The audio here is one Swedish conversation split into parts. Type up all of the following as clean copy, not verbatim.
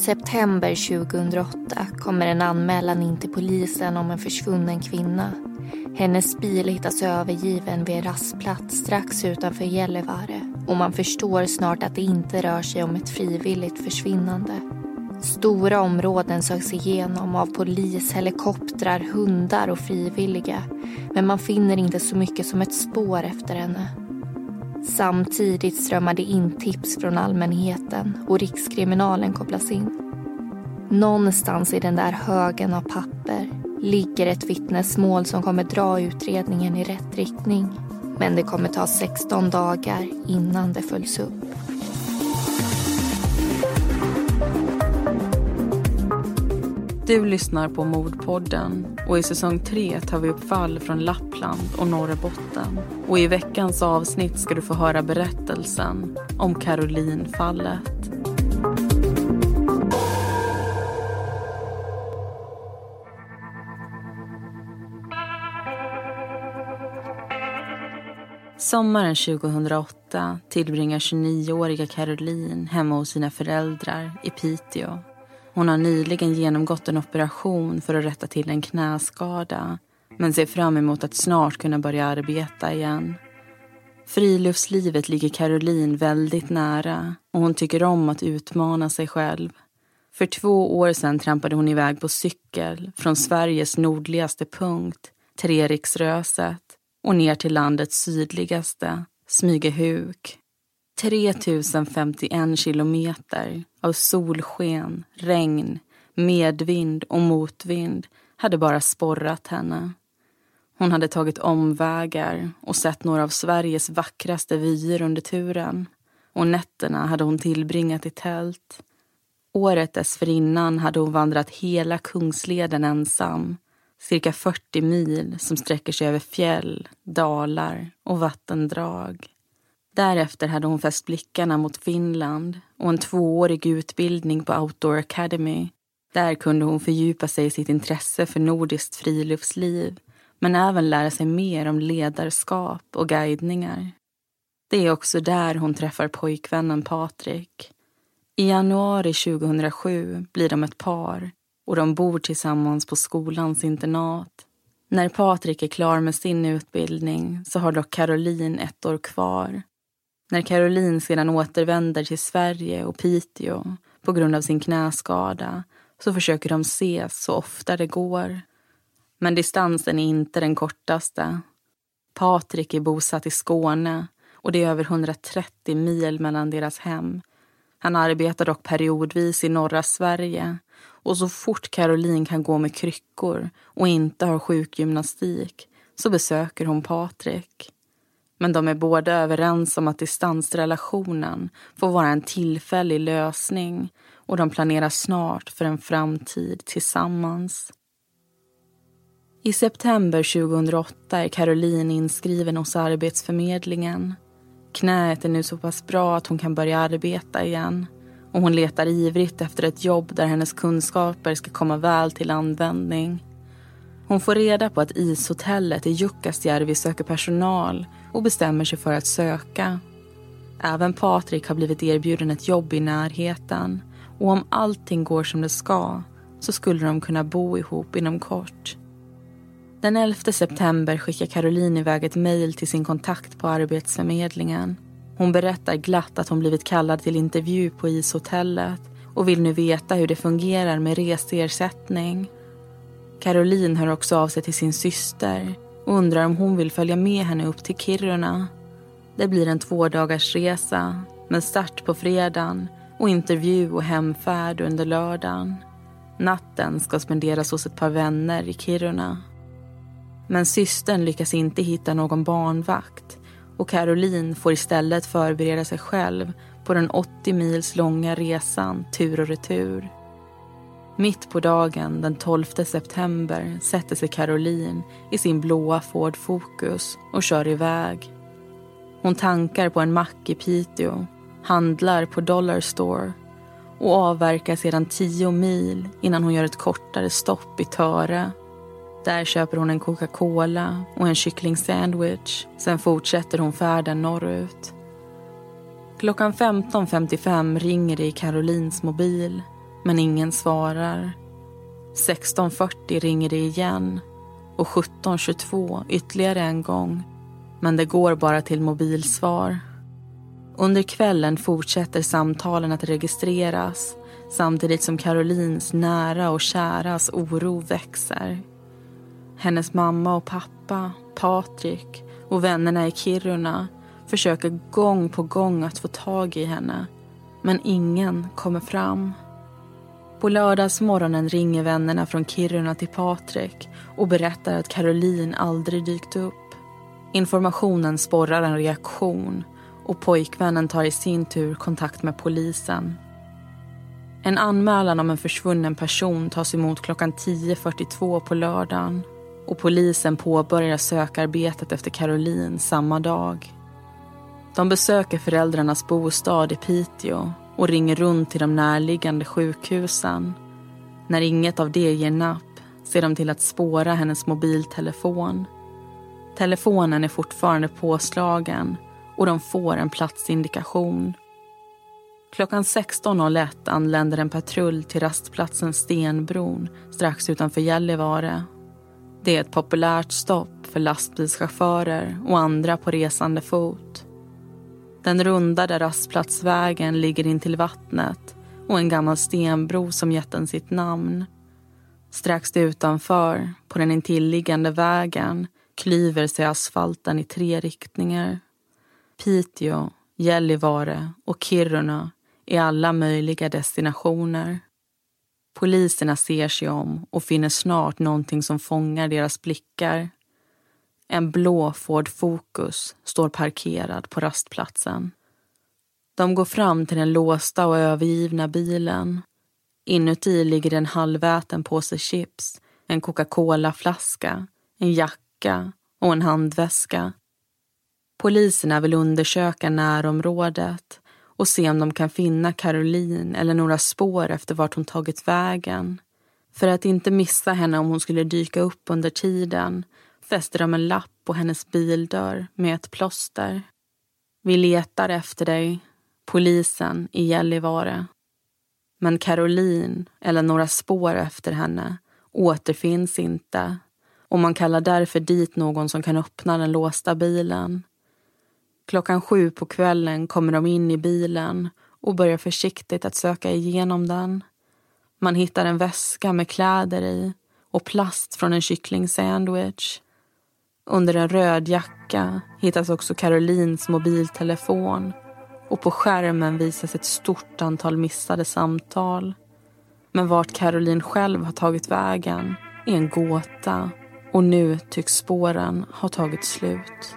september 2008 kommer en anmälan in till polisen om en försvunnen kvinna. Hennes bil hittas övergiven vid en rastplats strax utanför Gällivare och man förstår snart att det inte rör sig om ett frivilligt försvinnande. Stora områden söks igenom av polis, helikoptrar, hundar och frivilliga, men man finner inte så mycket som ett spår efter henne. Samtidigt strömmar det in tips från allmänheten och Rikskriminalen kopplas in. Någonstans i den där högen av papper ligger ett vittnesmål som kommer dra utredningen i rätt riktning. Men det kommer ta 16 dagar innan det följs upp. Du lyssnar på Mordpodden och i säsong 3 tar vi upp fall från Lappland och Norrbotten. Och i veckans avsnitt ska du få höra berättelsen om Caroline-fallet. Sommaren 2008 tillbringar 29-åriga Caroline hemma hos sina föräldrar i Piteå. Hon har nyligen genomgått en operation för att rätta till en knäskada, men ser fram emot att snart kunna börja arbeta igen. Friluftslivet ligger Caroline väldigt nära och hon tycker om att utmana sig själv. För 2 år sedan trampade hon iväg på cykel från Sveriges nordligaste punkt, Treriksröset, och ner till landets sydligaste, Smygehuk. 3051 kilometer av solsken, regn, medvind och motvind hade bara sporrat henne. Hon hade tagit omvägar och sett några av Sveriges vackraste vyer under turen. Och nätterna hade hon tillbringat i tält. Året dessförinnan hade hon vandrat hela Kungsleden ensam. Cirka 40 mil som sträcker sig över fjäll, dalar och vattendrag. Därefter hade hon fäst blickarna mot Finland och en 2-årig utbildning på Outdoor Academy. Där kunde hon fördjupa sig i sitt intresse för nordiskt friluftsliv, men även lära sig mer om ledarskap och guidningar. Det är också där hon träffar pojkvännen Patrik. I januari 2007 blir de ett par och de bor tillsammans på skolans internat. När Patrik är klar med sin utbildning så har dock Caroline 1 år kvar. När Caroline sedan återvänder till Sverige och Piteå på grund av sin knäskada så försöker de ses så ofta det går. Men distansen är inte den kortaste. Patrik är bosatt i Skåne och det är över 130 mil mellan deras hem. Han arbetar dock periodvis i norra Sverige och så fort Caroline kan gå med kryckor och inte har sjukgymnastik så besöker hon Patrik. Men de är båda överens om att distansrelationen får vara en tillfällig lösning och de planerar snart för en framtid tillsammans. I september 2008 är Caroline inskriven hos Arbetsförmedlingen. Knäet är nu så pass bra att hon kan börja arbeta igen och hon letar ivrigt efter ett jobb där hennes kunskaper ska komma väl till användning. Hon får reda på att ishotellet i Jukkasjärvi söker personal och bestämmer sig för att söka. Även Patrik har blivit erbjuden ett jobb i närheten och om allting går som det ska så skulle de kunna bo ihop inom kort. Den 11 september skickar Caroline iväg ett mejl till sin kontakt på Arbetsförmedlingen. Hon berättar glatt att hon blivit kallad till intervju på ishotellet och vill nu veta hur det fungerar med reseersättning. Caroline hör också av sig till sin syster och undrar om hon vill följa med henne upp till Kiruna. Det blir en 2-dagarsresa med start på fredagen och intervju och hemfärd under lördagen. Natten ska spenderas hos ett par vänner i Kiruna. Men systern lyckas inte hitta någon barnvakt och Caroline får istället förbereda sig själv på den 80 mils långa resan tur och retur. Mitt på dagen den 12 september sätter sig Caroline i sin blåa Ford Focus och kör iväg. Hon tankar på en mack i Piteå, handlar på Dollar Store och avverkar sedan 10 mil innan hon gör ett kortare stopp i Töre. Där köper hon en Coca-Cola och en kycklingsandwich. Sen fortsätter hon färden norrut. Klockan 15.55 ringer det i Carolines mobil. men ingen svarar. 16:40 ringer det igen och 17:22 ytterligare en gång, men det går bara till mobilsvar. Under kvällen fortsätter samtalen att registreras samtidigt som Carolines nära och käras oro växer. Hennes mamma och pappa, Patrik och vännerna i Kiruna försöker gång på gång att få tag i henne, men ingen kommer fram. På lördagsmorgonen ringer vännerna från Kiruna till Patrik och berättar att Caroline aldrig dykt upp. Informationen sporrar en reaktion och pojkvännen tar i sin tur kontakt med polisen. En anmälan om en försvunnen person tas emot klockan 10:42 på lördagen och polisen påbörjar sökarbetet efter Caroline samma dag. De besöker föräldrarnas bostad i Piteå och ringer runt till de närliggande sjukhusen. När inget av det ger napp ser de till att spåra hennes mobiltelefon. Telefonen är fortfarande påslagen och de får en platsindikation. Klockan 16:01 anländer en patrull till rastplatsen Stenbron strax utanför Gällivare. Det är ett populärt stopp för lastbilschaufförer och andra på resande fot. Den rundade rastplatsvägen ligger in till vattnet och en gammal stenbro som gett den sitt namn. Strax utanför, på den intilliggande vägen, klyver sig asfalten i 3 riktningar. Piteå, Gällivare och Kiruna är alla möjliga destinationer. Poliserna ser sig om och finner snart någonting som fångar deras blickar. En blå Ford Focus står parkerad på rastplatsen. De går fram till den låsta och övergivna bilen. Inuti ligger en halväten påse chips, en Coca-Cola-flaska, en jacka och en handväska. Poliserna vill undersöka närområdet och se om de kan finna Caroline eller några spår efter vart hon tagit vägen. För att inte missa henne om hon skulle dyka upp under tiden fäster de en lapp på hennes bildörr med ett plåster. Vi letar efter dig, polisen i Gällivare. Men Caroline eller några spår efter henne återfinns inte och man kallar därför dit någon som kan öppna den låsta bilen. Klockan 7 på kvällen kommer de in i bilen och börjar försiktigt att söka igenom den. Man hittar en väska med kläder i och plast från en kycklingsandwich. Under en röd jacka hittas också Carolines mobiltelefon och på skärmen visas ett stort antal missade samtal. Men vart Caroline själv har tagit vägen är en gåta och nu tycks spåren ha tagit slut.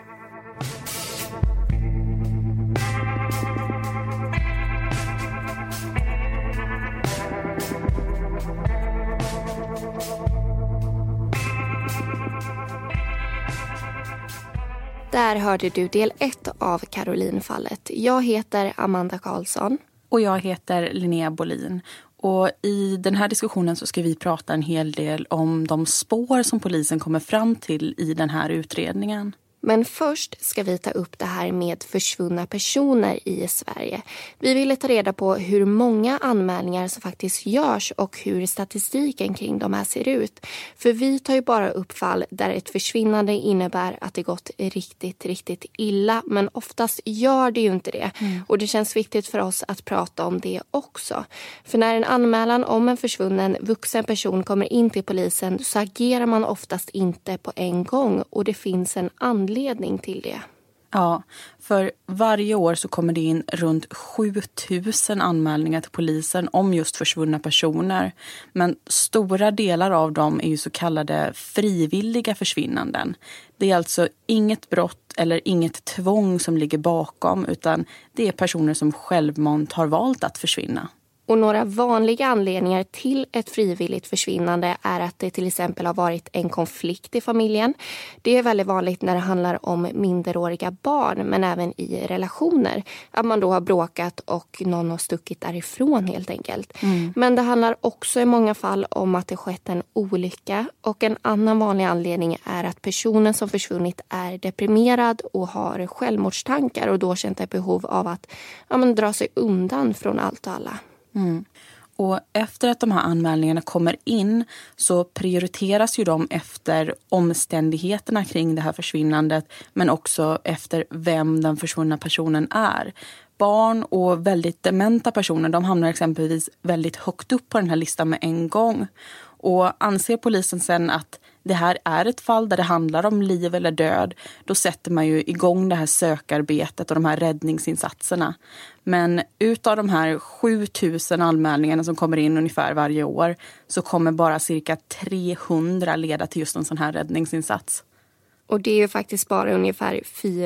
Där hörde du del 1 av Caroline-fallet. Jag heter Amanda Karlsson. Och jag heter Linnea Bolin. Och i den här diskussionen så ska vi prata en hel del om de spår som polisen kommer fram till i den här utredningen. Men först ska vi ta upp det här med försvunna personer i Sverige. Vi ville ta reda på hur många anmälningar som faktiskt görs och hur statistiken kring de här ser ut. För vi tar ju bara upp fall där ett försvinnande innebär att det gått riktigt, riktigt illa. Men oftast gör det ju inte det. Och det känns viktigt för oss att prata om det också. För när en anmälan om en försvunnen vuxen person kommer in till polisen så agerar man oftast inte på en gång. Och det finns en anledning till det. Ja, för varje år så kommer det in runt 7000 anmälningar till polisen om just försvunna personer. Men stora delar av dem är ju så kallade frivilliga försvinnanden. Det är alltså inget brott eller inget tvång som ligger bakom, utan det är personer som självmant har valt att försvinna. Och några vanliga anledningar till ett frivilligt försvinnande är att det till exempel har varit en konflikt i familjen. Det är väldigt vanligt när det handlar om minderåriga barn, men även i relationer. Att man då har bråkat och någon har stuckit därifrån helt enkelt. Men det handlar också i många fall om att det skett en olycka. Och en annan vanlig anledning är att personen som försvunnit är deprimerad och har självmordstankar och då känt ett behov av att dra sig undan från allt och alla. Och efter att de här anmälningarna kommer in så prioriteras ju de efter omständigheterna kring det här försvinnandet, men också efter vem den försvunna personen är. Barn och väldigt dementa personer, de hamnar exempelvis väldigt högt upp på den här listan med en gång. Och anser polisen sen att det här är ett fall där det handlar om liv eller död, då sätter man ju igång det här sökarbetet och de här räddningsinsatserna. Men utav de här 7000 anmälningarna som kommer in ungefär varje år så kommer bara cirka 300 leda till just en sån här räddningsinsats. Och det är ju faktiskt bara ungefär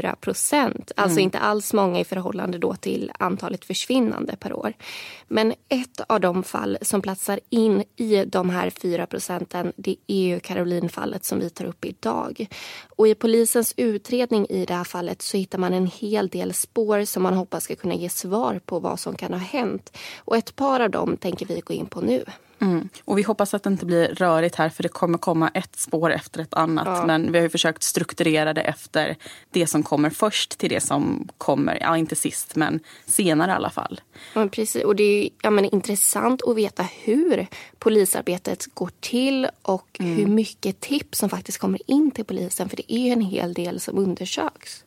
4%. Alltså inte alls många i förhållande då till antalet försvinnande per år. Men ett av de fall som platsar in i de här 4%, det är ju Caroline-fallet som vi tar upp idag. Och i polisens utredning i det här fallet så hittar man en hel del spår som man hoppas ska kunna ge svar på vad som kan ha hänt. Och ett par av dem tänker vi gå in på nu. Och vi hoppas att det inte blir rörigt här, för det kommer komma ett spår efter ett annat. Ja. Men vi har ju försökt strukturera det efter det som kommer först till det som kommer, ja inte sist men senare i alla fall. Ja, precis. Och det är ju intressant att veta hur polisarbetet går till och hur mycket tips som faktiskt kommer in till polisen, för det är en hel del som undersöks.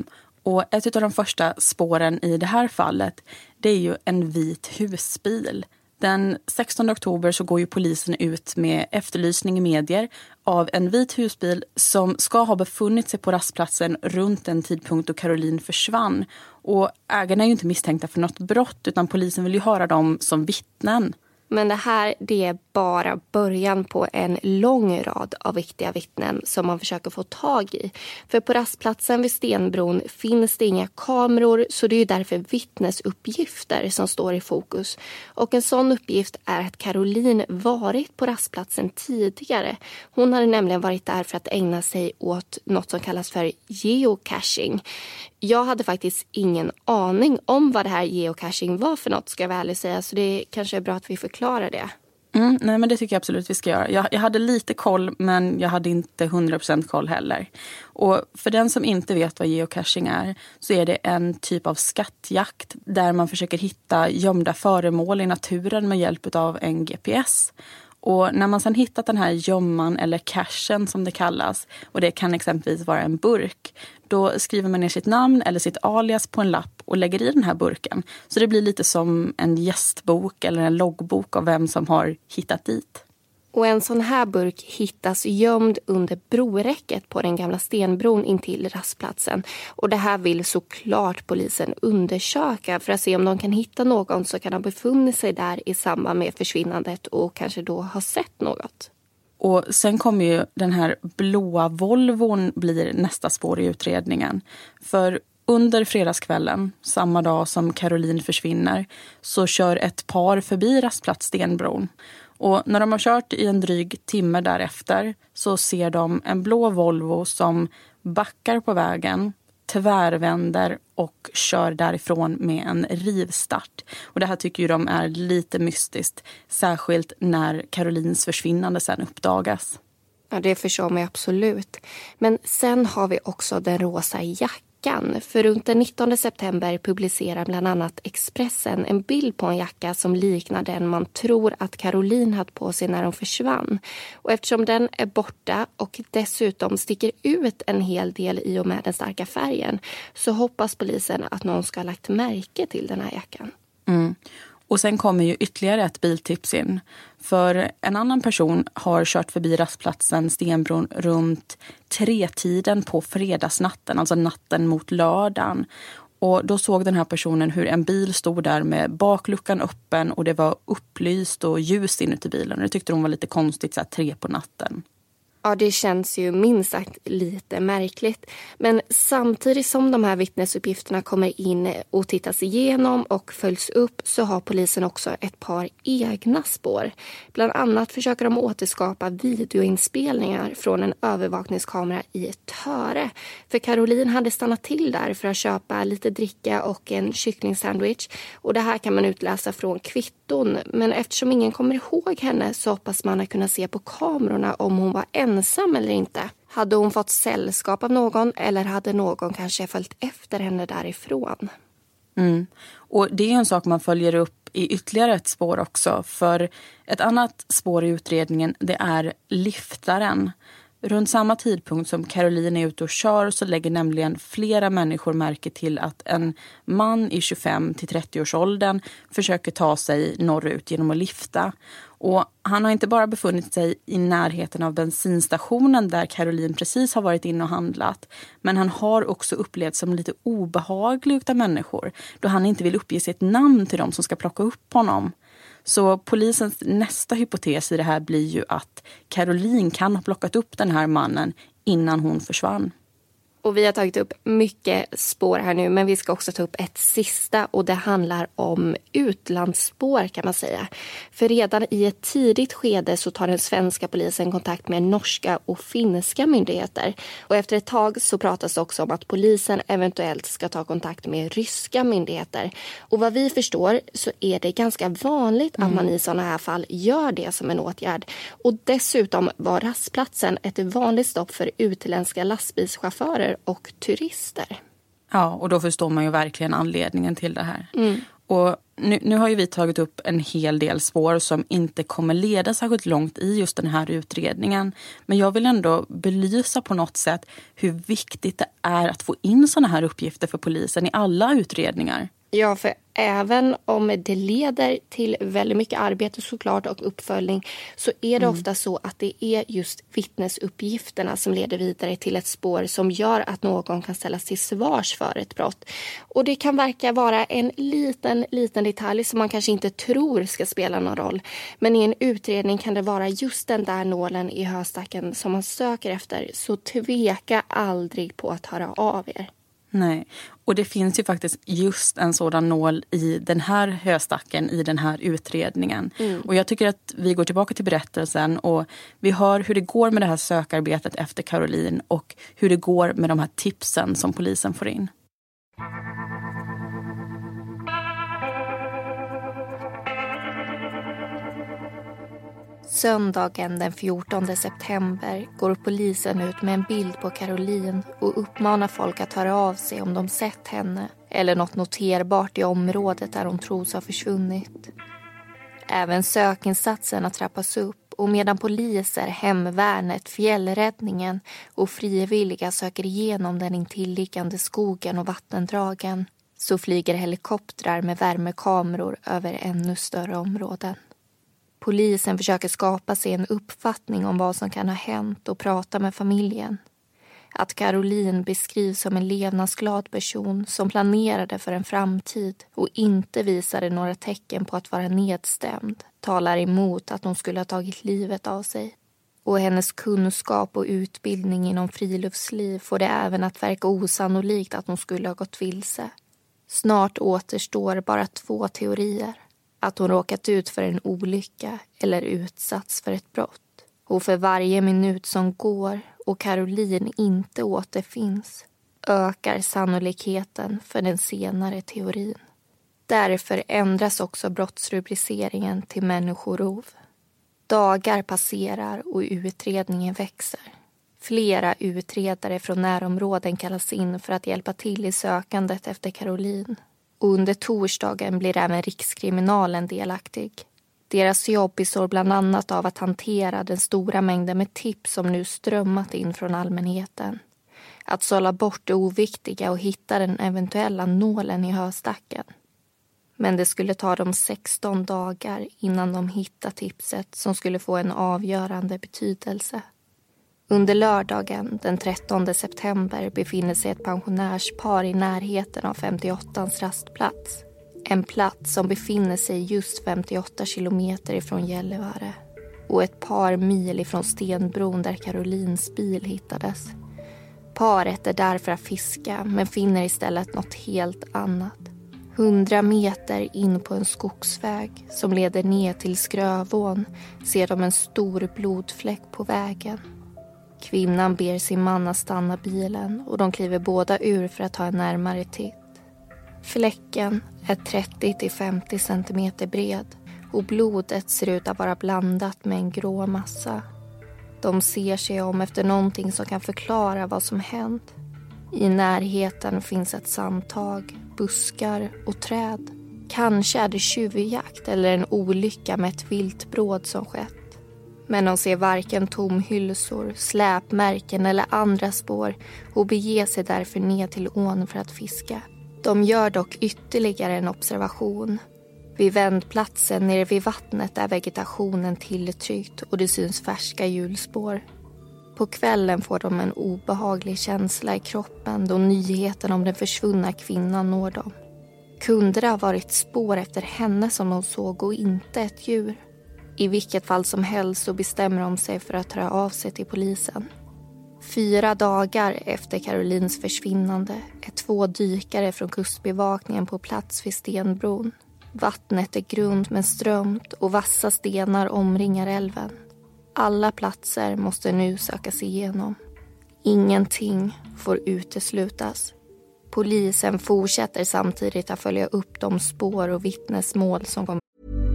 Och ett av de första spåren i det här fallet, det är ju en vit husbil. Den 16 oktober så går ju polisen ut med efterlysning i medier av en vit husbil som ska ha befunnit sig på rastplatsen runt den tidpunkt då Caroline försvann. Och ägarna är ju inte misstänkta för något brott, utan polisen vill ju höra dem som vittnen. Men det är bara början på en lång rad av viktiga vittnen som man försöker få tag i. För på rastplatsen vid Stenbron finns det inga kameror, så det är ju därför vittnesuppgifter som står i fokus. Och en sån uppgift är att Caroline varit på rastplatsen tidigare. Hon hade nämligen varit där för att ägna sig åt något som kallas för geocaching. Jag hade faktiskt ingen aning om vad det här geocaching var för något, ska jag väl säga. Så det kanske är bra att vi förklarar det. Nej, men det tycker jag absolut vi ska göra. Jag hade lite koll, men jag hade inte 100% koll heller. Och för den som inte vet vad geocaching är, så är det en typ av skattjakt där man försöker hitta gömda föremål i naturen med hjälp av en GPS. Och när man sedan hittat den här gömman eller cachen som det kallas, och det kan exempelvis vara en burk, då skriver man ner sitt namn eller sitt alias på en lapp och lägger i den här burken. Så det blir lite som en gästbok eller en loggbok av vem som har hittat dit. Och en sån här burk hittas gömd under broräcket på den gamla Stenbron intill rastplatsen. Och det här vill såklart polisen undersöka för att se om de kan hitta någon som kan ha befunnit sig där i samband med försvinnandet och kanske då ha sett något. Och sen kommer ju den här blåa Volvon blir nästa spår i utredningen. För under fredagskvällen, samma dag som Caroline försvinner, så kör ett par förbi rastplats Stenbron. Och när de har kört i en dryg timme därefter så ser de en blå Volvo som backar på vägen, tvärvänder och kör därifrån med en rivstart. Och det här tycker ju de är lite mystiskt, särskilt när Carolines försvinnande sen uppdagas. Ja, det förstår mig absolut. Men sen har vi också den rosa jackan. För runt den 19 september publicerar bland annat Expressen en bild på en jacka som liknar den man tror att Caroline hade på sig när hon försvann. Och eftersom den är borta och dessutom sticker ut en hel del i och med den starka färgen, så hoppas polisen att någon ska ha lagt märke till den här jackan. Och sen kommer ju ytterligare ett biltips in. För en annan person har kört förbi rastplatsen Stenbron runt 3-tiden på fredagsnatten, alltså natten mot lördagen. Och då såg den här personen hur en bil stod där med bakluckan öppen och det var upplyst och ljus inuti bilen. Och det tyckte hon var lite konstigt, så här 3 på natten. Ja, det känns ju minst sagt lite märkligt. Men samtidigt som de här vittnesuppgifterna kommer in och tittas igenom och följs upp, så har polisen också ett par egna spår. Bland annat försöker de återskapa videoinspelningar från en övervakningskamera i Töre. För Caroline hade stannat till där för att köpa lite dricka och en kycklingsandwich. Och det här kan man utläsa från kvitton. Men eftersom ingen kommer ihåg henne så hoppas man att kunna se på kamerorna om hon var ensam eller inte. Hade hon fått sällskap av någon eller hade någon kanske följt efter henne därifrån? Och det är en sak man följer upp i ytterligare ett spår också. För ett annat spår i utredningen, det är liftaren. Runt samma tidpunkt som Caroline är ute och kör så lägger nämligen flera människor märke till att en man i 25-30-årsåldern försöker ta sig norrut genom att lifta. Och han har inte bara befunnit sig i närheten av bensinstationen där Caroline precis har varit inne och handlat. Men han har också upplevts som lite obehaglig av människor då han inte vill uppge sitt namn till dem som ska plocka upp honom. Så polisens nästa hypotes i det här blir ju att Caroline kan ha plockat upp den här mannen innan hon försvann. Och vi har tagit upp mycket spår här nu, men vi ska också ta upp ett sista och det handlar om utlandsspår kan man säga. För redan i ett tidigt skede så tar den svenska polisen kontakt med norska och finska myndigheter. Och efter ett tag så pratas det också om att polisen eventuellt ska ta kontakt med ryska myndigheter. Och vad vi förstår så är det ganska vanligt att man i sådana här fall gör det som en åtgärd. Och dessutom var rastplatsen ett vanligt stopp för utländska lastbilschaufförer och turister. Ja, och då förstår man ju verkligen anledningen till det här. Och nu har ju vi tagit upp en hel del spår som inte kommer leda särskilt långt i just den här utredningen. Men jag vill ändå belysa på något sätt hur viktigt det är att få in såna här uppgifter för polisen i alla utredningar. Ja, för även om det leder till väldigt mycket arbete såklart och uppföljning så är det ofta så att det är just vittnesuppgifterna som leder vidare till ett spår som gör att någon kan ställas till svars för ett brott. Och det kan verka vara en liten detalj som man kanske inte tror ska spela någon roll. Men i en utredning kan det vara just den där nålen i höstacken som man söker efter, så tveka aldrig på att höra av er. Nej, och det finns ju faktiskt just en sådan nål i den här höstacken, i den här utredningen. Och jag tycker att vi går tillbaka till berättelsen och vi hör hur det går med det här sökarbetet efter Caroline och hur det går med de här tipsen som polisen får in. Söndagen den 14 september går polisen ut med en bild på Caroline och uppmanar folk att höra av sig om de sett henne eller något noterbart i området där hon tros ha försvunnit. Även sökinsatserna trappas upp och medan poliser, hemvärnet, fjällräddningen och frivilliga söker igenom den intilliggande skogen och vattendragen så flyger helikoptrar med värmekameror över ännu större områden. Polisen försöker skapa sig en uppfattning om vad som kan ha hänt och prata med familjen. Att Caroline beskrivs som en levnadsglad person som planerade för en framtid och inte visade några tecken på att vara nedstämd talar emot att hon skulle ha tagit livet av sig. Och hennes kunskap och utbildning inom friluftsliv får det även att verka osannolikt att hon skulle ha gått vilse. Snart återstår bara 2 teorier. Att hon råkat ut för en olycka eller utsatts för ett brott. Och för varje minut som går och Caroline inte återfinns ökar sannolikheten för den senare teorin. Därför ändras också brottsrubriceringen till människorov. Dagar passerar och utredningen växer. Flera utredare från närområden kallas in för att hjälpa till i sökandet efter Caroline. Och under torsdagen blir även Rikskriminalen delaktig. Deras jobb består bland annat av att hantera den stora mängden med tips som nu strömmat in från allmänheten. Att sålla bort det oviktiga och hitta den eventuella nålen i höstacken. Men det skulle ta dem 16 dagar innan de hittade tipset som skulle få en avgörande betydelse. Under lördagen den 13 september befinner sig ett pensionärspar i närheten av 58ans rastplats. En plats som befinner sig just 58 kilometer ifrån Gällivare. Och ett par mil ifrån Stenbron där Carolines bil hittades. Paret är där för att fiska men finner istället något helt annat. 100 meter in på en skogsväg som leder ner till Skrövån ser de en stor blodfläck på vägen. Kvinnan ber sin man att stanna bilen och de kliver båda ur för att ta en närmare titt. Fläcken är 30-50 centimeter bred och blodet ser ut att vara blandat med en grå massa. De ser sig om efter någonting som kan förklara vad som hänt. I närheten finns ett sandtag, buskar och träd. Kanske är det tjuvjakt eller en olycka med ett viltbråd som skett. Men de ser varken tomhylsor, släpmärken eller andra spår och beger sig därför ner till ån för att fiska. De gör dock ytterligare en observation. Vid vändplatsen nere vid vattnet är vegetationen tilltryckt och det syns färska hjulspår. På kvällen får de en obehaglig känsla i kroppen då nyheten om den försvunna kvinnan når dem. Kunde det ha varit spår efter henne som de såg och inte ett djur? I vilket fall som helst så bestämmer de sig för att höra av sig till polisen. 4 dagar efter Carolines försvinnande är 2 dykare från kustbevakningen på plats vid Stenbron. Vattnet är grunt men strömt och vassa stenar omringar älven. Alla platser måste nu sökas igenom. Ingenting får uteslutas. Polisen fortsätter samtidigt att följa upp de spår och vittnesmål som kom.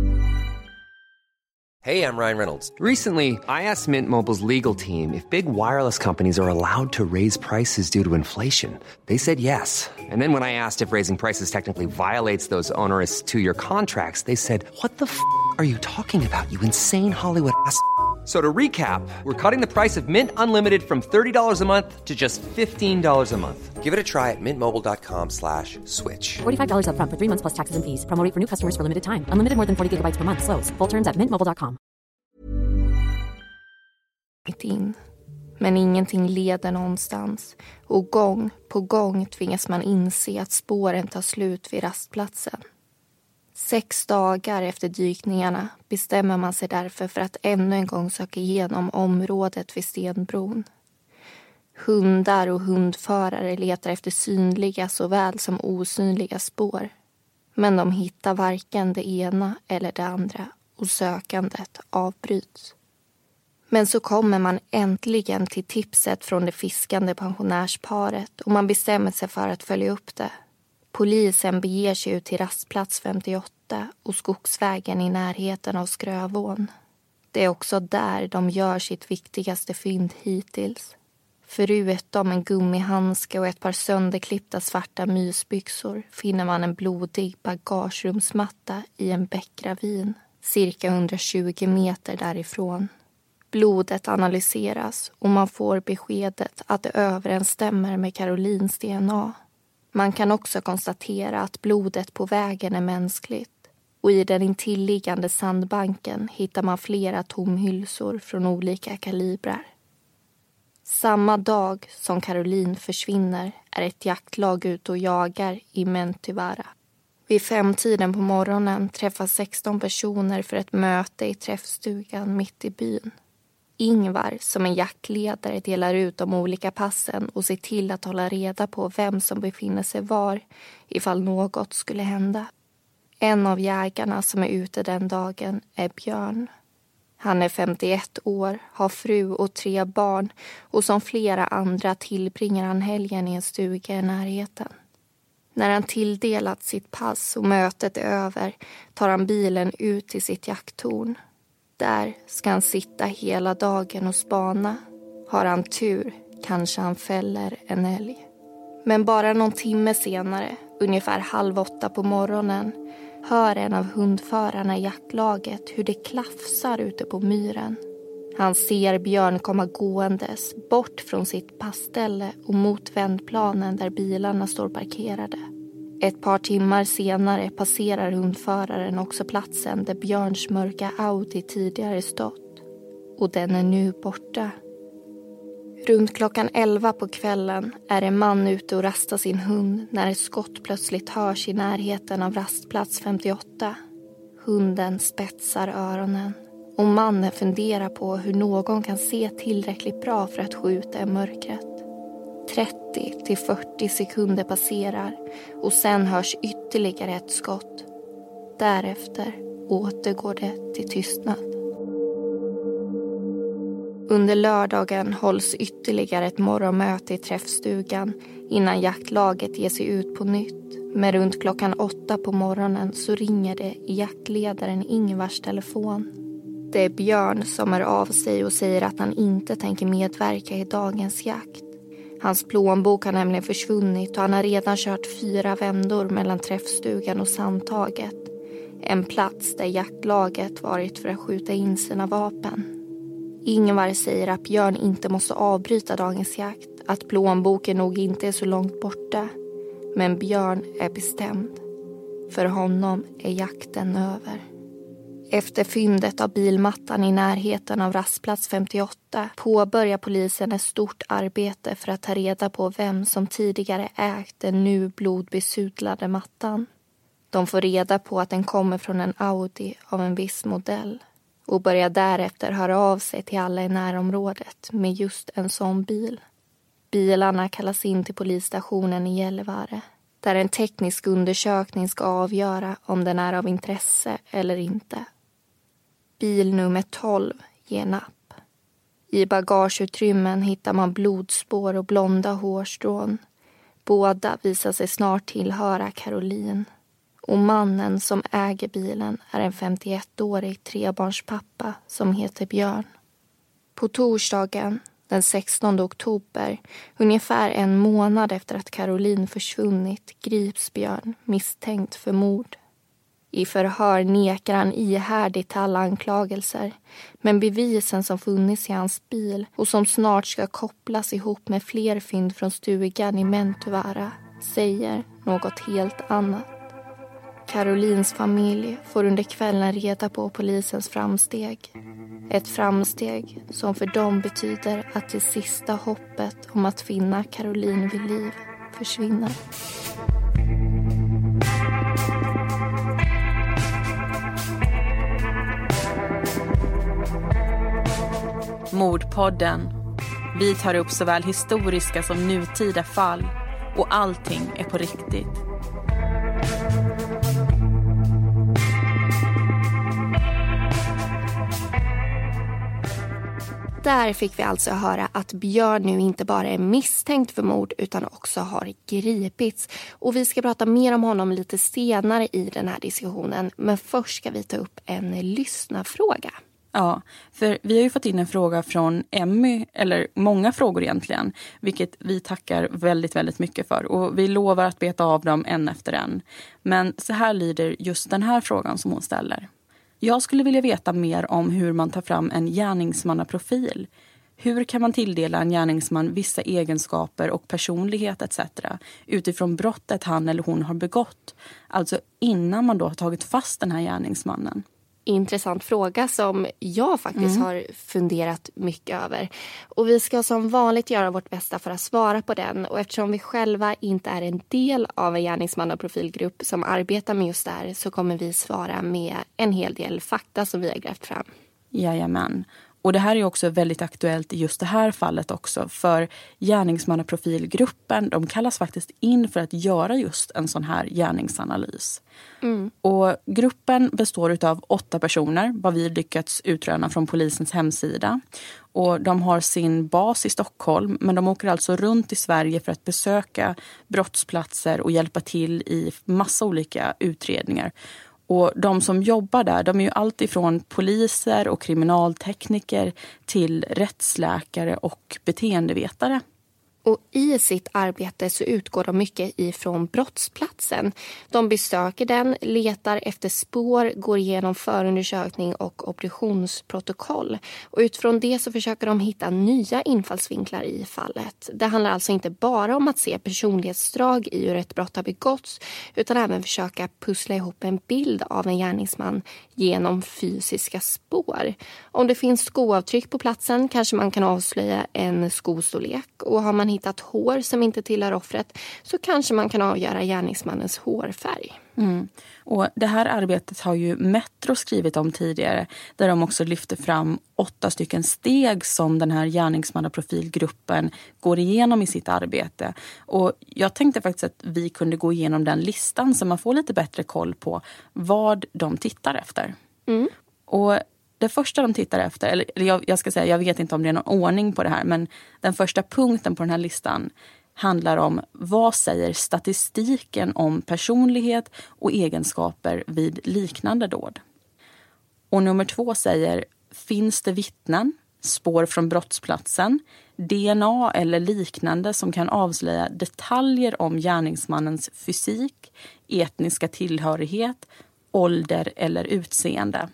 Hey, I'm Ryan Reynolds. Recently, I asked Mint Mobile's legal team if big wireless companies are allowed to raise prices due to inflation. They said yes. And then when I asked if raising prices technically violates those onerous 2-year contracts, they said, "What the f*** are you talking about, you insane Hollywood ass?" So to recap, we're cutting the price of Mint Unlimited from $30 a month to just $15 a month. Give it a try at mintmobile.com/switch. $45 up front for 3 months plus taxes and fees. Promo rate for new customers for limited time. Unlimited more than 40 gigabytes per month. Slows full terms at mintmobile.com. Men ingenting leder någonstans. Och gång på gång tvingas man inse att spåren tar slut vid rastplatsen. 6 dagar efter dykningarna bestämmer man sig därför för att ännu en gång söka igenom området vid Stenbron. Hundar och hundförare letar efter synliga såväl som osynliga spår. Men de hittar varken det ena eller det andra och sökandet avbryts. Men så kommer man äntligen till tipset från det fiskande pensionärsparet och man bestämmer sig för att följa upp det. Polisen beger sig ut till rastplats 58 och skogsvägen i närheten av Skrövån. Det är också där de gör sitt viktigaste fynd hittills. Förutom en gummihandske och ett par sönderklippta svarta mysbyxor finner man en blodig bagagerumsmatta i en bäckravin, cirka 120 meter därifrån. Blodet analyseras och man får beskedet att det överensstämmer med Carolines DNA. Man kan också konstatera att blodet på vägen är mänskligt och i den intilliggande sandbanken hittar man flera tomhylsor från olika kalibrar. Samma dag som Caroline försvinner är ett jaktlag ute och jagar i Mäntyvaara. Vid 5-tiden på morgonen träffas 16 personer för ett möte i träffstugan mitt i byn. Ingvar, som är jaktledare, delar ut de olika passen och ser till att hålla reda på vem som befinner sig var ifall något skulle hända. En av jägarna som är ute den dagen är Björn. Han är 51 år, har fru och 3 barn och som flera andra tillbringar han helgen i en stuga i närheten. När han tilldelat sitt pass och mötet är över tar han bilen ut till sitt jakttorn. Där ska han sitta hela dagen och spana. Har han tur kanske han fäller en älg. Men bara någon timme senare, ungefär 7:30 på morgonen, hör en av hundförarna i jaktlaget hur det klafsar ute på myren. Han ser Björn komma gåendes bort från sitt passställe och mot vändplanen där bilarna står parkerade. Ett par timmar senare passerar hundföraren också platsen där Björns mörka Audi tidigare stått. Och den är nu borta. Runt klockan 11 på kvällen är en man ute och rastar sin hund när ett skott plötsligt hörs i närheten av rastplats 58. Hunden spetsar öronen och mannen funderar på hur någon kan se tillräckligt bra för att skjuta i mörkret. 30-40 sekunder passerar och sen hörs ytterligare ett skott. Därefter återgår det till tystnad. Under lördagen hålls ytterligare ett morgonmöte i träffstugan innan jaktlaget ger sig ut på nytt. Men runt klockan 8 på morgonen så ringer det i jaktledaren Ingvars telefon. Det är Björn som hör av sig och säger att han inte tänker medverka i dagens jakt. Hans plånbok har nämligen försvunnit och han har redan kört 4 vändor mellan träffstugan och Sandtaget. En plats där jaktlaget varit för att skjuta in sina vapen. Ingvar säger att Björn inte måste avbryta dagens jakt, att plånboken nog inte är så långt borta. Men Björn är bestämd. För honom är jakten över. Efter fyndet av bilmattan i närheten av rastplats 58 påbörjar polisen ett stort arbete för att ta reda på vem som tidigare ägt den nu blodbesudlade mattan. De får reda på att den kommer från en Audi av en viss modell och börjar därefter höra av sig till alla i närområdet med just en sån bil. Bilarna kallas in till polisstationen i Gällivare där en teknisk undersökning ska avgöra om den är av intresse eller inte. Bil nummer 12 ger napp. I bagageutrymmen hittar man blodspår och blonda hårstrån. Båda visar sig snart tillhöra Caroline. Och mannen som äger bilen är en 51-årig trebarnspappa som heter Björn. På torsdagen, den 16 oktober, ungefär en månad efter att Caroline försvunnit, grips Björn misstänkt för mord. I förhör nekar han ihärdigt till alla anklagelser, men bevisen som funnits i hans bil och som snart ska kopplas ihop med fler fynd från stugan i Mäntyvaara säger något helt annat. Carolines familj får under kvällen reda på polisens framsteg. Ett framsteg som för dem betyder att det sista hoppet om att finna Caroline vid liv försvinner. Mordpodden. Vi tar upp såväl historiska som nutida fall och allting är på riktigt. Där fick vi alltså höra att Björn nu inte bara är misstänkt för mord utan också har gripits. Och vi ska prata mer om honom lite senare i den här diskussionen. Men först ska vi ta upp en lyssnarfråga. Ja, för vi har ju fått in en fråga från Emmy, eller många frågor egentligen, vilket vi tackar väldigt, väldigt mycket för. Och vi lovar att beta av dem en efter en. Men så här lyder just den här frågan som hon ställer. Jag skulle vilja veta mer om hur man tar fram en gärningsmannaprofil. Hur kan man tilldela en gärningsman vissa egenskaper och personlighet etc. utifrån brottet han eller hon har begått. Alltså innan man då har tagit fast den här gärningsmannen. Intressant fråga som jag faktiskt har funderat mycket över. Och vi ska som vanligt göra vårt bästa för att svara på den. Och eftersom vi själva inte är en del av en gärningsmannaprofilgrupp som arbetar med just det här så kommer vi svara med en hel del fakta som vi har grävt fram. Jajamän. Och det här är också väldigt aktuellt i just det här fallet också. För gärningsmannaprofilgruppen, de kallas faktiskt in för att göra just en sån här gärningsanalys. Och gruppen består av 8 personer, vad vi lyckats utröna från polisens hemsida. Och de har sin bas i Stockholm, men de åker alltså runt i Sverige för att besöka brottsplatser och hjälpa till i massa olika utredningar. Och de som jobbar där, de är ju allt ifrån poliser och kriminaltekniker till rättsläkare och beteendevetare. Och i sitt arbete så utgår de mycket ifrån brottsplatsen. De besöker den, letar efter spår, går igenom förundersökning och obduktionsprotokoll. Och utifrån det så försöker de hitta nya infallsvinklar i fallet. Det handlar alltså inte bara om att se personlighetsdrag i hur ett brott har begåtts utan även försöka pussla ihop en bild av en gärningsman genom fysiska spår. Om det finns skoavtryck på platsen kanske man kan avslöja en skostorlek, och har man hittat hår som inte tillhör offret så kanske man kan avgöra gärningsmannens hårfärg. Och det här arbetet har ju Metro skrivit om tidigare, där de också lyfter fram 8 stycken steg som den här gärningsmannaprofilgruppen går igenom i sitt arbete. Och jag tänkte faktiskt att vi kunde gå igenom den listan så man får lite bättre koll på vad de tittar efter. Och det första de tittar efter, eller jag ska säga, jag vet inte om det är någon ordning på det här, men den första punkten på den här listan handlar om vad säger statistiken om personlighet och egenskaper vid liknande dåd. Och nummer 2 säger, finns det vittnen? spår från brottsplatsen, DNA eller liknande som kan avslöja detaljer om gärningsmannens fysik, etniska tillhörighet, ålder eller utseende.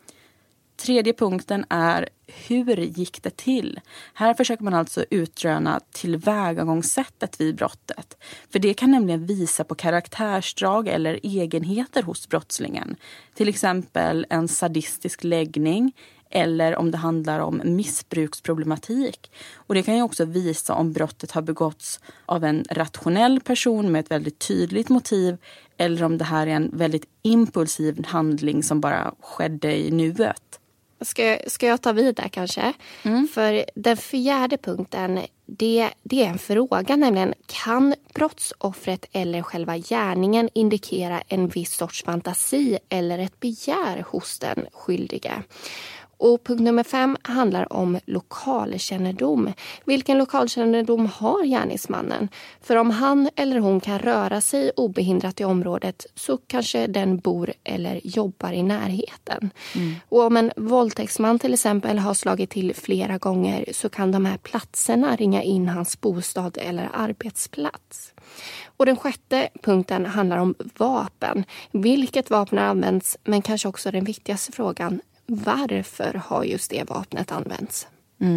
Tredje punkten är hur gick det till? Här försöker man alltså utröna tillvägagångssättet vid brottet. För det kan nämligen visa på karaktärsdrag eller egenheter hos brottslingen. Till exempel en sadistisk läggning eller om det handlar om missbruksproblematik. Och det kan ju också visa om brottet har begåtts av en rationell person med ett väldigt tydligt motiv eller om det här är en väldigt impulsiv handling som bara skedde i nuet. Ska jag ta vid där kanske? För den fjärde punkten, det är en fråga, nämligen kan brottsoffret eller själva gärningen indikera en viss sorts fantasi eller ett begär hos den skyldige? Och punkt nummer 5 handlar om lokalkännedom. Vilken lokalkännedom har gärningsmannen? För om han eller hon kan röra sig obehindrat i området så kanske den bor eller jobbar i närheten. Och om en våldtäktsman till exempel har slagit till flera gånger så kan de här platserna ringa in hans bostad eller arbetsplats. Och den sjätte punkten handlar om vapen. Vilket vapen har använts, men kanske också den viktigaste frågan: varför har just det vapnet använts?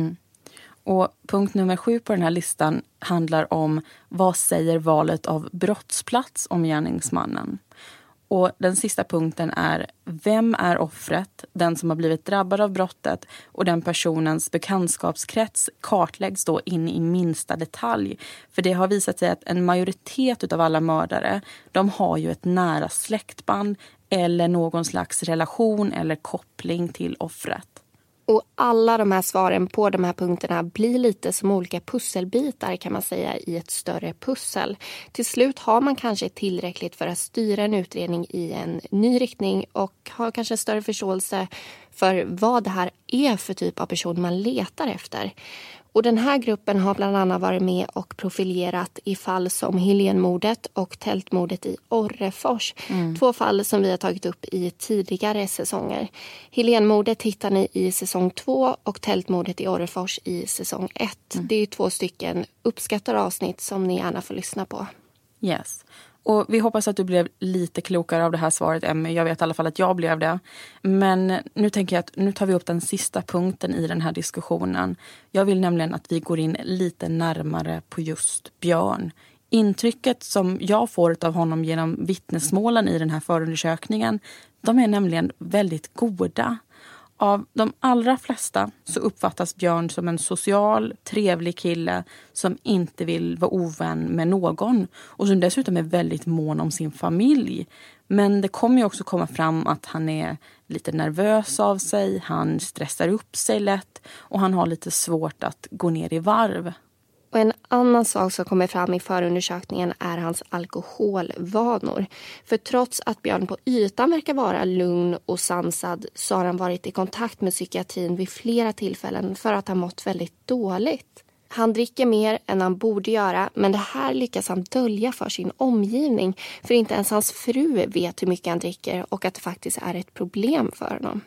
Och punkt nummer 7 på den här listan handlar om vad säger valet av brottsplats om gärningsmannen. Och den sista punkten är vem är offret, den som har blivit drabbad av brottet, och den personens bekantskapskrets kartläggs då in i minsta detalj. För det har visat sig att en majoritet av alla mördare, de har ju ett nära släktband eller någon slags relation eller koppling till offret. Och alla de här svaren på de här punkterna blir lite som olika pusselbitar kan man säga i ett större pussel. Till slut har man kanske tillräckligt för att styra en utredning i en ny riktning och har kanske större förståelse för vad det här är för typ av person man letar efter. Och den här gruppen har bland annat varit med och profilerat i fall som Helénmordet och tältmordet i Orrefors. 2 fall som vi har tagit upp i tidigare säsonger. Helénmordet hittar ni i säsong 2 och tältmordet i Orrefors i säsong 1. Det är 2 stycken uppskattade avsnitt som ni gärna får lyssna på. Yes. Och vi hoppas att du blev lite klokare av det här svaret, Emmy. Jag vet i alla fall att jag blev det. Men nu tänker jag att nu tar vi upp den sista punkten i den här diskussionen. Jag vill nämligen att vi går in lite närmare på just Björn. Intrycket som jag får av honom genom vittnesmålen i den här förundersökningen, de är nämligen väldigt goda. Av de allra flesta så uppfattas Björn som en social, trevlig kille som inte vill vara ovän med någon och som dessutom är väldigt mån om sin familj. Men det kommer ju också komma fram att han är lite nervös av sig, han stressar upp sig lätt och han har lite svårt att gå ner i varv. Och en annan sak som kommer fram i förundersökningen är hans alkoholvanor. För trots att Björn på ytan verkar vara lugn och sansad så har han varit i kontakt med psykiatrin vid flera tillfällen för att han mått väldigt dåligt. Han dricker mer än han borde göra, men det här lyckas han dölja för sin omgivning. För inte ens hans fru vet hur mycket han dricker och att det faktiskt är ett problem för honom.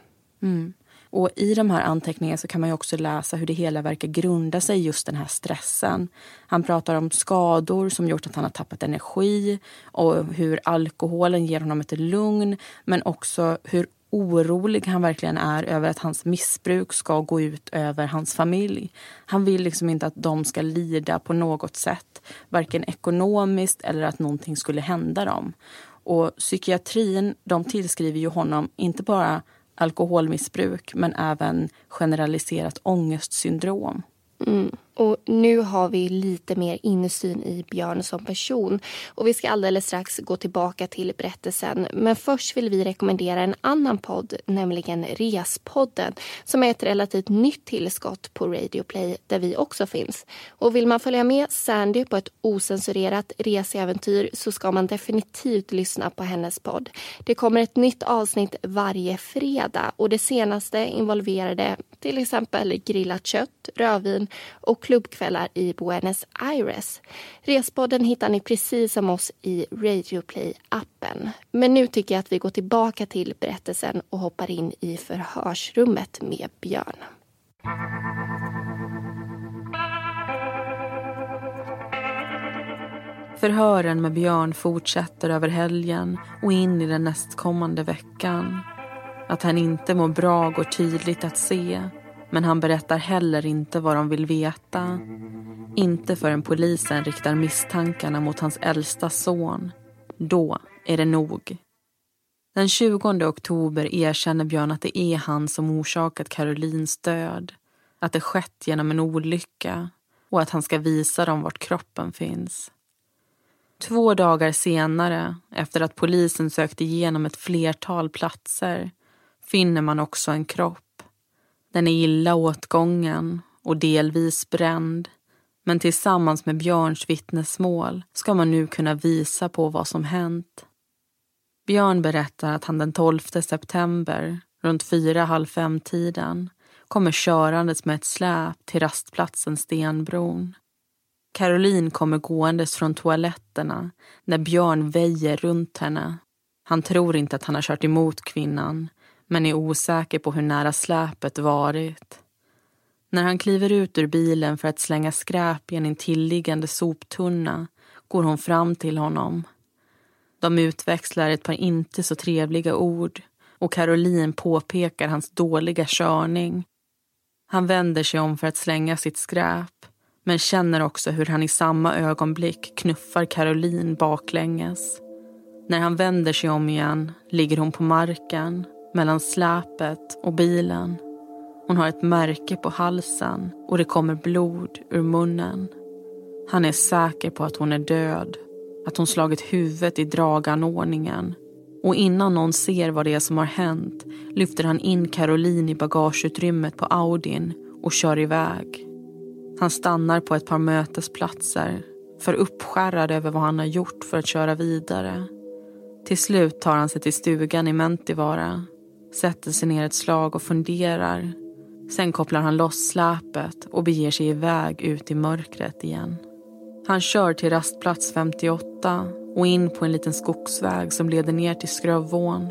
Och i de här anteckningarna så kan man ju också läsa hur det hela verkar grunda sig just den här stressen. Han pratar om skador som gjort att han har tappat energi och hur alkoholen ger honom ett lugn, men också hur orolig han verkligen är över att hans missbruk ska gå ut över hans familj. Han vill liksom inte att de ska lida på något sätt, varken ekonomiskt eller att någonting skulle hända dem. Och psykiatrin, de tillskriver ju honom inte bara alkoholmissbruk men även generaliserat ångestsyndrom. Och nu har vi lite mer insyn i Björn som person. Och vi ska alldeles strax gå tillbaka till berättelsen. Men först vill vi rekommendera en annan podd, nämligen Respodden. Som är ett relativt nytt tillskott på Radio Play där vi också finns. Och vill man följa med Sandy på ett osensurerat reseäventyr så ska man definitivt lyssna på hennes podd. Det kommer ett nytt avsnitt varje fredag. Och det senaste involverade till exempel grillat kött, rödvin och klubbkvällar i Buenos Aires. Respodden hittar ni precis som oss i Radio Play-appen. Men nu tycker jag att vi går tillbaka till berättelsen och hoppar in i förhörsrummet med Björn. Förhören med Björn fortsätter över helgen och in i den nästkommande veckan. Att han inte mår bra går tydligt att se, men han berättar heller inte vad de vill veta. Inte förrän polisen riktar misstankarna mot hans äldsta son. Då är det nog. Den 20 oktober erkänner Björn att det är han som orsakat Carolines död. Att det skett genom en olycka och att han ska visa dem vart kroppen finns. 2 dagar senare, efter att polisen sökt igenom ett flertal platser, finner man också en kropp. Den är illa åtgången och delvis bränd, men tillsammans med Björns vittnesmål ska man nu kunna visa på vad som hänt. Björn berättar att han den 12 september, runt 4:30-tiden, kommer körandes med ett släp till rastplatsen Stenbron. Caroline kommer gåendes från toaletterna när Björn väjer runt henne. Han tror inte att han har kört emot kvinnan, men är osäker på hur nära släpet varit. När han kliver ut ur bilen för att slänga skräp i en intilliggande soptunna går hon fram till honom. De utväxlar ett par inte så trevliga ord och Caroline påpekar hans dåliga körning. Han vänder sig om för att slänga sitt skräp, men känner också hur han i samma ögonblick knuffar Caroline baklänges. När han vänder sig om igen ligger hon på marken mellan släpet och bilen. Hon har ett märke på halsen och det kommer blod ur munnen. Han är säker på att hon är död, att hon slagit huvudet i draganordningen. Och innan någon ser vad det är som har hänt lyfter han in Caroline i bagageutrymmet på Audin och kör iväg. Han stannar på ett par mötesplatser, för uppskärrad över vad han har gjort för att köra vidare. Till slut tar han sig till stugan i Mäntivara, sätter sig ner ett slag och funderar. Sen kopplar han loss släpet och beger sig iväg ut i mörkret igen. Han kör till rastplats 58 och in på en liten skogsväg som leder ner till Skrövån.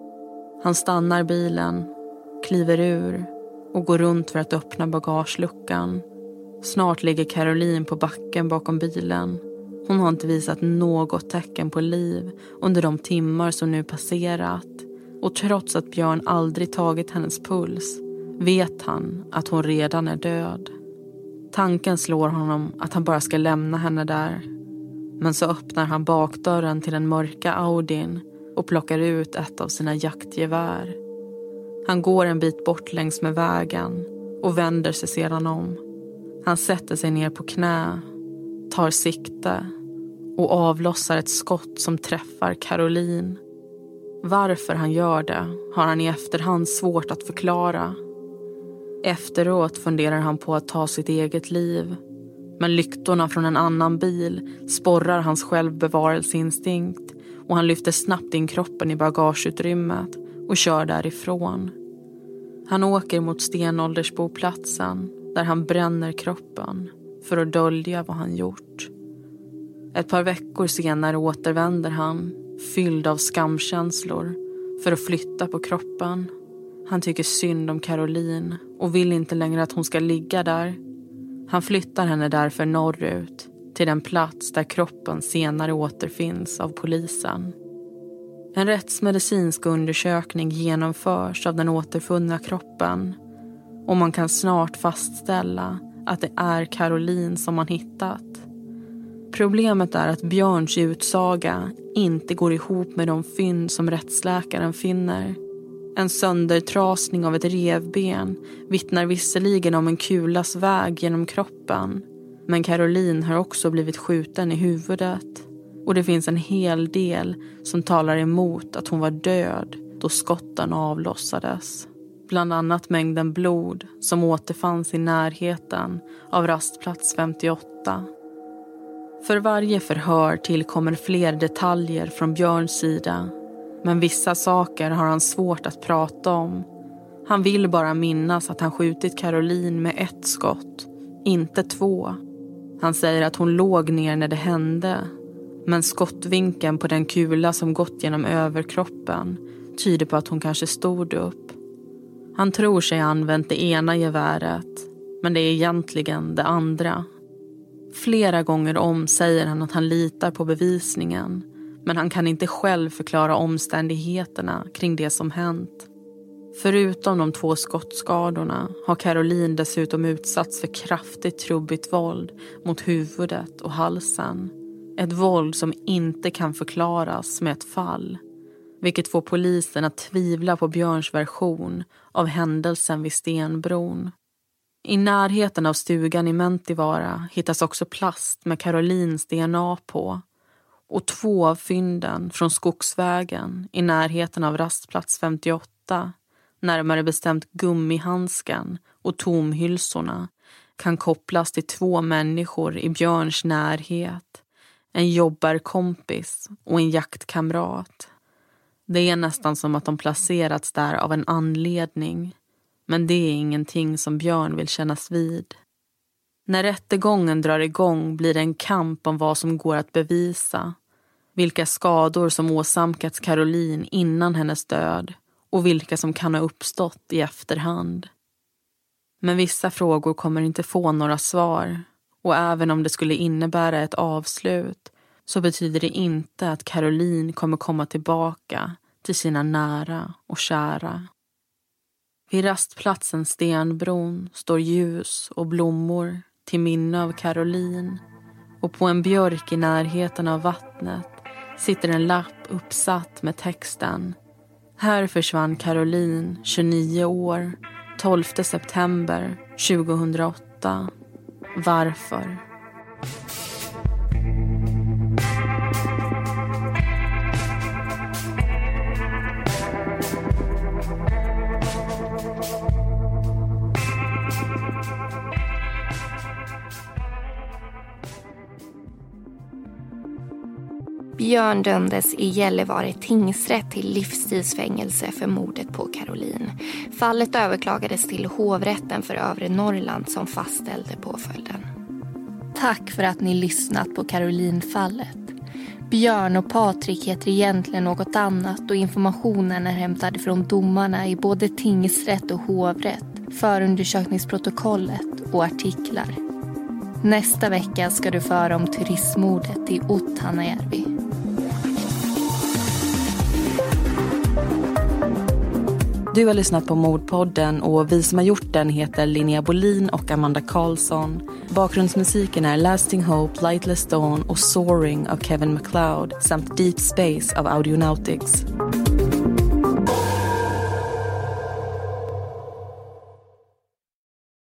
Han stannar bilen, kliver ur och går runt för att öppna bagageluckan. Snart ligger Caroline på backen bakom bilen. Hon har inte visat något tecken på liv under de timmar som nu passerat. Och trots att Björn aldrig tagit hennes puls vet han att hon redan är död. Tanken slår honom att han bara ska lämna henne där. Men så öppnar han bakdörren till den mörka Audin och plockar ut ett av sina jaktgevär. Han går en bit bort längs med vägen och vänder sig sedan om. Han sätter sig ner på knä, tar sikte och avlossar ett skott som träffar Caroline. Varför han gör det har han i efterhand svårt att förklara. Efteråt funderar han på att ta sitt eget liv. Men lyktorna från en annan bil sporrar hans självbevarelseinstinkt och han lyfter snabbt in kroppen i bagageutrymmet och kör därifrån. Han åker mot stenåldersboplatsen där han bränner kroppen för att dölja vad han gjort. Ett par veckor senare återvänder han, fylld av skamkänslor, för att flytta på kroppen. Han tycker synd om Caroline och vill inte längre att hon ska ligga där. Han flyttar henne därför norrut, till den plats där kroppen senare återfinns av polisen. En rättsmedicinsk undersökning genomförs av den återfunna kroppen och man kan snart fastställa att det är Caroline som man hittat. Problemet är att Björns utsaga inte går ihop med de fynd som rättsläkaren finner. En söndertrasning av ett revben vittnar visserligen om en kulas väg genom kroppen. Men Caroline har också blivit skjuten i huvudet. Och det finns en hel del som talar emot att hon var död då skotten avlossades. Bland annat mängden blod som återfanns i närheten av rastplats 58. För varje förhör tillkommer fler detaljer från Björns sida. Men vissa saker har han svårt att prata om. Han vill bara minnas att han skjutit Caroline med 1 skott, inte 2. Han säger att hon låg ner när det hände. Men skottvinkeln på den kula som gått genom överkroppen tyder på att hon kanske stod upp. Han tror sig ha använt det ena geväret, men det är egentligen det andra. Flera gånger om säger han att han litar på bevisningen, men han kan inte själv förklara omständigheterna kring det som hänt. Förutom de 2 skottskadorna har Caroline dessutom utsatts för kraftigt trubbigt våld mot huvudet och halsen. Ett våld som inte kan förklaras med ett fall, vilket får polisen att tvivla på Björns version av händelsen vid Stenbron. I närheten av stugan i Mäntivara hittas också plast med Carolines DNA på, och 2 av fynden från skogsvägen i närheten av rastplats 58, närmare bestämt gummihandskan och tomhylsorna, kan kopplas till 2 människor i Björns närhet, en jobbarkompis och en jaktkamrat. Det är nästan som att de placerats där av en anledning, men det är ingenting som Björn vill kännas vid. När rättegången drar igång blir det en kamp om vad som går att bevisa, vilka skador som åsamkats Caroline innan hennes död och vilka som kan ha uppstått i efterhand. Men vissa frågor kommer inte få några svar, och även om det skulle innebära ett avslut så betyder det inte att Caroline kommer komma tillbaka till sina nära och kära. Vid rastplatsen Stenbron står ljus och blommor till minne av Caroline, och på en björk i närheten av vattnet sitter en lapp uppsatt med texten: Här försvann Caroline, 29 år, 12 september 2008. Varför? Björn dömdes i Gällivare tingsrätt till livstidsfängelse för mordet på Caroline. Fallet överklagades till hovrätten för Övre Norrland som fastställde påföljden. Tack för att ni lyssnat på Caroline-fallet. Björn och Patrik heter egentligen något annat och informationen är hämtad från domarna i både tingsrätt och hovrätt, förundersökningsprotokollet och artiklar. Nästa vecka ska du föra om turistmordet i Ottanajärvi. Du har lyssnat på Mordpodden, och vi som har gjort den heter Linnea Bolin och Amanda Karlsson. Bakgrundsmusiken är Lasting Hope, Lightless Dawn och Soaring av Kevin MacLeod samt Deep Space av Audionautics.